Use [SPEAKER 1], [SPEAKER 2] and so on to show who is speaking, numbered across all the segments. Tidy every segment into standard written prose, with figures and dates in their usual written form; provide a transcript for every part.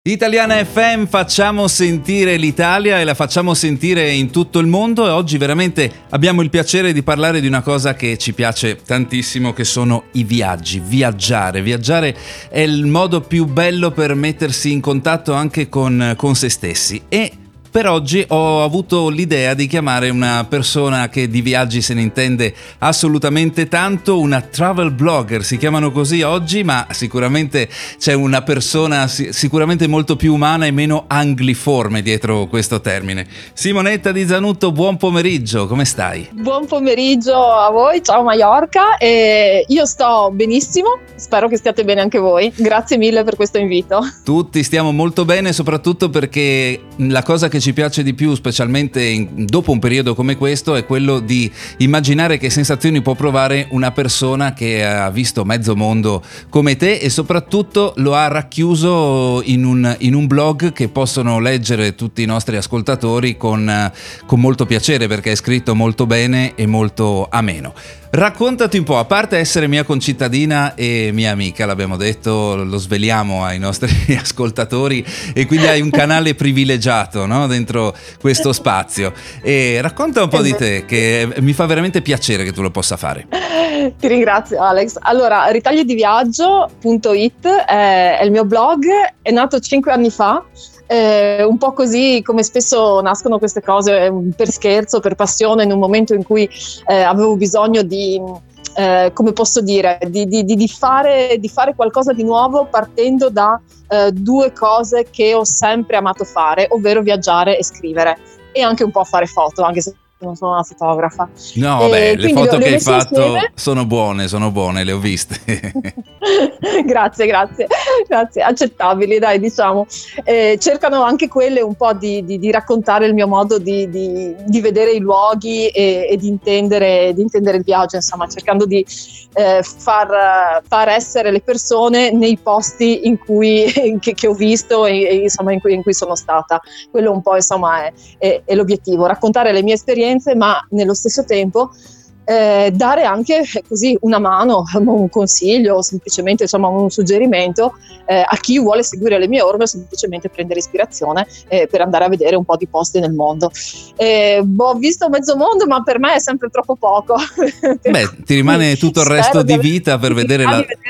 [SPEAKER 1] Italiana FM, facciamo sentire l'Italia e la facciamo sentire in tutto il mondo, e oggi veramente abbiamo il piacere di parlare di una cosa che ci piace tantissimo, che sono i viaggi. Viaggiare è il modo più bello per mettersi in contatto anche con se stessi, e per oggi ho avuto l'idea di chiamare una persona che di viaggi se ne intende assolutamente tanto, una travel blogger, si chiamano così oggi, ma sicuramente c'è una persona sicuramente molto più umana e meno angliforme dietro questo termine. Simonetta Di Zanutto, buon pomeriggio, come stai?
[SPEAKER 2] Buon pomeriggio a voi, ciao Maiorca, io sto benissimo, spero che stiate bene anche voi, grazie mille per questo invito.
[SPEAKER 1] Tutti stiamo molto bene, soprattutto perché la cosa che ci piace di più, specialmente dopo un periodo come questo, è quello di immaginare che sensazioni può provare una persona che ha visto mezzo mondo come te e soprattutto lo ha racchiuso in un blog che possono leggere tutti i nostri ascoltatori con molto piacere, perché è scritto molto bene e molto ameno. Raccontati un po', a parte essere mia concittadina e mia amica, l'abbiamo detto, lo sveliamo ai nostri ascoltatori, e quindi hai un canale privilegiato, no? Dentro questo spazio, e racconta un po' di te, che mi fa veramente piacere che tu lo possa fare.
[SPEAKER 2] Ti ringrazio Alex. Allora, ritagliodiviaggio.it è il mio blog, è nato 5 anni fa. Un po' così come spesso nascono queste cose, per scherzo, per passione, in un momento in cui avevo bisogno di come posso dire, di fare qualcosa di nuovo, partendo da due cose che ho sempre amato fare, ovvero viaggiare e scrivere, e anche un po' fare foto, anche se non sono una fotografa.
[SPEAKER 1] No, vabbè, le foto che hai fatto
[SPEAKER 2] insieme.
[SPEAKER 1] sono buone, le ho viste.
[SPEAKER 2] Grazie, accettabili, dai, diciamo. Cercano anche quelle un po' di raccontare il mio modo di vedere i luoghi e di intendere il viaggio, insomma, cercando di far essere le persone nei posti in cui che ho visto e insomma in cui sono stata. Quello un po', insomma, è l'obiettivo, raccontare le mie esperienze, ma nello stesso tempo dare anche così una mano, un consiglio o semplicemente, insomma, un suggerimento a chi vuole seguire le mie orme o semplicemente prendere ispirazione per andare a vedere un po' di posti nel mondo. Ho visto mezzo mondo, ma per me è sempre troppo poco.
[SPEAKER 1] Beh, ti rimane tutto il resto di vita per vedere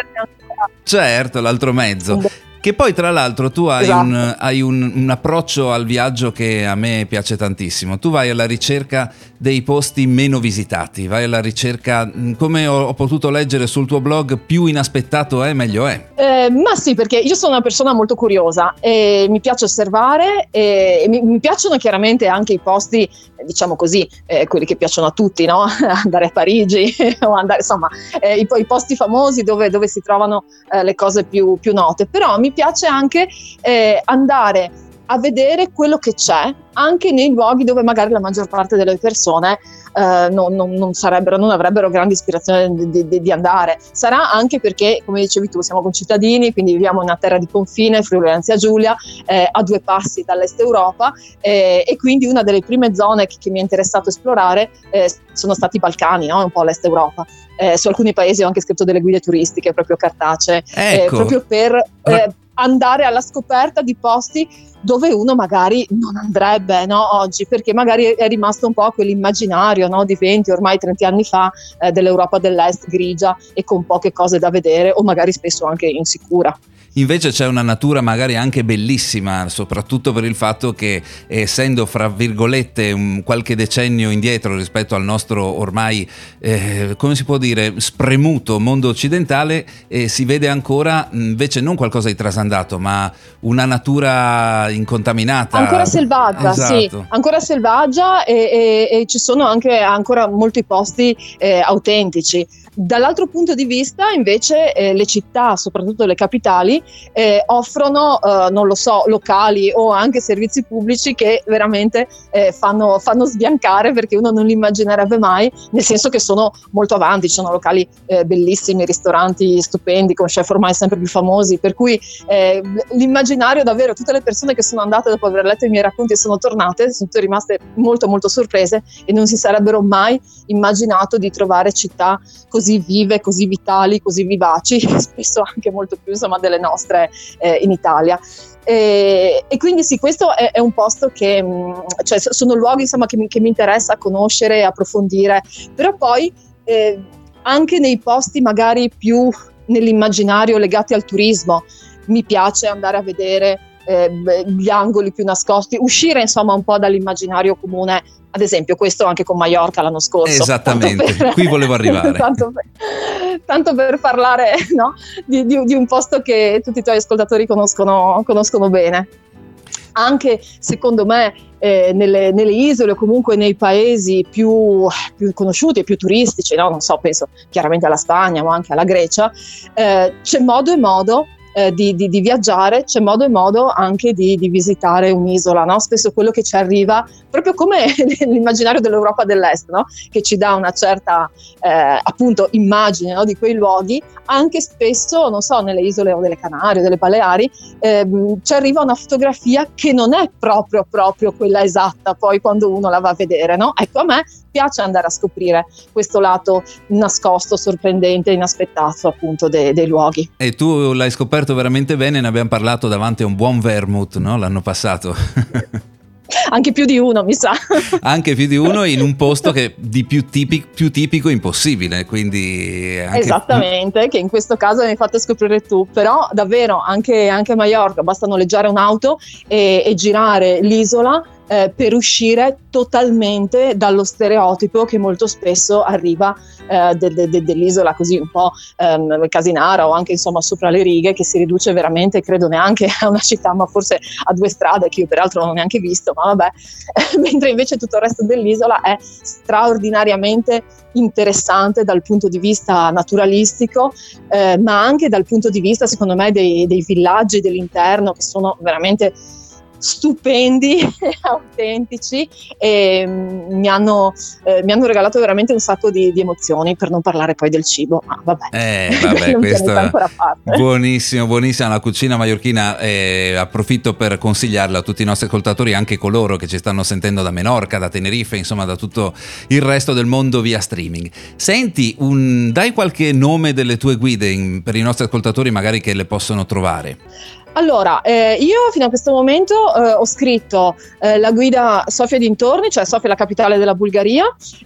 [SPEAKER 1] certo, l'altro mezzo. Che poi tra l'altro tu hai, esatto, hai un approccio al viaggio che a me piace tantissimo. Tu vai alla ricerca dei posti meno visitati, vai alla ricerca, come ho potuto leggere sul tuo blog, più inaspettato è meglio è.
[SPEAKER 2] Ma sì, perché io sono una persona molto curiosa e mi piace osservare, e mi piacciono chiaramente anche i posti, diciamo così, quelli che piacciono a tutti, no? Andare a Parigi o andare, insomma, i posti famosi dove si trovano le cose più note, però mi piace anche andare a vedere quello che c'è anche nei luoghi dove magari la maggior parte delle persone non avrebbero grande ispirazione di andare. Sarà anche perché, come dicevi tu, siamo concittadini, quindi viviamo in una terra di confine, Friuli Venezia Giulia, a 2 passi dall'est Europa, e quindi una delle prime zone che mi è interessato esplorare sono stati i Balcani, no? Un po' l'est Europa. Su alcuni paesi ho anche scritto delle guide turistiche proprio cartacee,
[SPEAKER 1] ecco,
[SPEAKER 2] proprio per andare alla scoperta di posti dove uno magari non andrebbe, no, oggi, perché magari è rimasto un po' quell'immaginario, no, di 20, ormai 30 anni fa, dell'Europa dell'Est grigia e con poche cose da vedere, o magari spesso anche insicura.
[SPEAKER 1] Invece c'è una natura magari anche bellissima, soprattutto per il fatto che, essendo fra virgolette qualche decennio indietro rispetto al nostro ormai, come si può dire, spremuto mondo occidentale, si vede ancora invece non qualcosa di trasandato, ma una natura incontaminata.
[SPEAKER 2] Ancora selvaggia, esatto. Sì, ancora selvaggia, e ci sono anche ancora molti posti autentici. Dall'altro punto di vista, invece, le città, soprattutto le capitali, offrono, non lo so, locali o anche servizi pubblici che veramente fanno sbiancare, perché uno non li immaginerebbe mai, nel senso che sono molto avanti, ci sono locali bellissimi, ristoranti stupendi con chef ormai sempre più famosi, per cui l'immaginario, davvero, tutte le persone che sono andate dopo aver letto i miei racconti e sono tornate, sono tutte rimaste molto molto sorprese e non si sarebbero mai immaginato di trovare città così così vive, così vitali, così vivaci, spesso anche molto più insomma delle nostre in Italia. E quindi sì, questo è un posto che, cioè, sono luoghi insomma che mi interessa conoscere e approfondire, però poi anche nei posti magari più nell'immaginario legati al turismo mi piace andare a vedere gli angoli più nascosti, uscire insomma un po' dall'immaginario comune. Ad esempio questo anche con Maiorca l'anno scorso.
[SPEAKER 1] Esattamente, qui volevo arrivare.
[SPEAKER 2] tanto per parlare, no, di un posto che tutti i tuoi ascoltatori conoscono bene. Anche secondo me nelle isole o comunque nei paesi più conosciuti e più turistici, no? Non so, penso chiaramente alla Spagna ma anche alla Grecia, c'è modo e modo di viaggiare, c'è modo e modo anche di visitare un'isola, no? Spesso quello che ci arriva, proprio come nell'immaginario dell'Europa dell'Est, no? Che ci dà una certa appunto immagine, no? Di quei luoghi, anche spesso, non so, nelle isole o delle Canarie o delle Baleari ci arriva una fotografia che non è proprio quella esatta poi quando uno la va a vedere, no? Ecco, a me piace andare a scoprire questo lato nascosto, sorprendente, inaspettato appunto dei luoghi.
[SPEAKER 1] E tu l'hai scoperto veramente bene, ne abbiamo parlato davanti a un buon vermouth, no? L'anno passato.
[SPEAKER 2] Anche più di uno, mi sa.
[SPEAKER 1] Anche più di uno in un posto che di più tipico impossibile, quindi anche...
[SPEAKER 2] Esattamente, che in questo caso mi hai fatto scoprire tu, però davvero anche a Maiorca basta noleggiare un'auto e girare l'isola per uscire totalmente dallo stereotipo che molto spesso arriva dell'isola così un po' casinara o anche insomma sopra le righe, che si riduce veramente, credo, neanche a una città, ma forse a 2 strade che io peraltro non ho neanche visto, ma vabbè, mentre invece tutto il resto dell'isola è straordinariamente interessante dal punto di vista naturalistico, ma anche dal punto di vista secondo me dei villaggi dell'interno, che sono veramente stupendi, autentici, e mi hanno regalato veramente un sacco di emozioni, per non parlare poi del cibo, ma vabbè
[SPEAKER 1] questo è
[SPEAKER 2] parte.
[SPEAKER 1] buonissimo la cucina maiorchina, approfitto per consigliarla a tutti i nostri ascoltatori, anche coloro che ci stanno sentendo da Menorca, da Tenerife, insomma da tutto il resto del mondo via streaming. Senti, dai qualche nome delle tue guide per i nostri ascoltatori magari che le possono trovare.
[SPEAKER 2] Allora, io fino a questo momento ho scritto la guida Sofia e dintorni, cioè Sofia è la capitale della Bulgaria,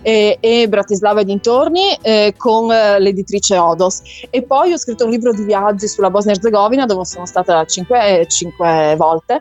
[SPEAKER 2] e Bratislava e dintorni, con l'editrice Odos, e poi ho scritto un libro di viaggi sulla Bosnia-Herzegovina, dove sono stata 5 volte,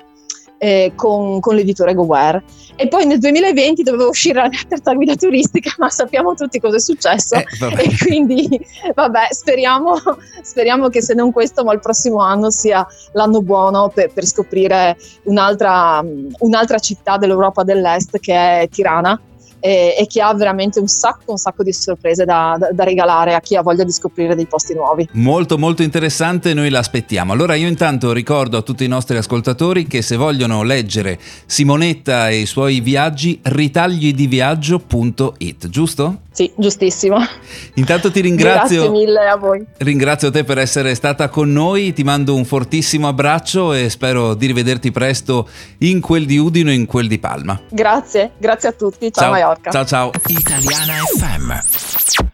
[SPEAKER 2] con l'editore GoWare. E poi nel 2020 doveva uscire la mia terza guida turistica, ma sappiamo tutti cosa è successo, e quindi vabbè, speriamo che se non questo ma il prossimo anno sia l'anno buono per scoprire un'altra città dell'Europa dell'Est, che è Tirana, e che ha veramente un sacco di sorprese da regalare a chi ha voglia di scoprire dei posti nuovi. Molto
[SPEAKER 1] molto interessante, noi l'aspettiamo. Allora io intanto ricordo a tutti i nostri ascoltatori che se vogliono leggere Simonetta e i suoi viaggi, ritaglidiviaggio.it, giusto?
[SPEAKER 2] Sì, giustissimo.
[SPEAKER 1] Intanto ti ringrazio.
[SPEAKER 2] Grazie mille a voi.
[SPEAKER 1] Ringrazio te per essere stata con noi, ti mando un fortissimo abbraccio e spero di rivederti presto in quel di Udine e in quel di Palma.
[SPEAKER 2] Grazie a tutti. Ciao Maiorca.
[SPEAKER 1] Ciao.
[SPEAKER 3] Italiana FM.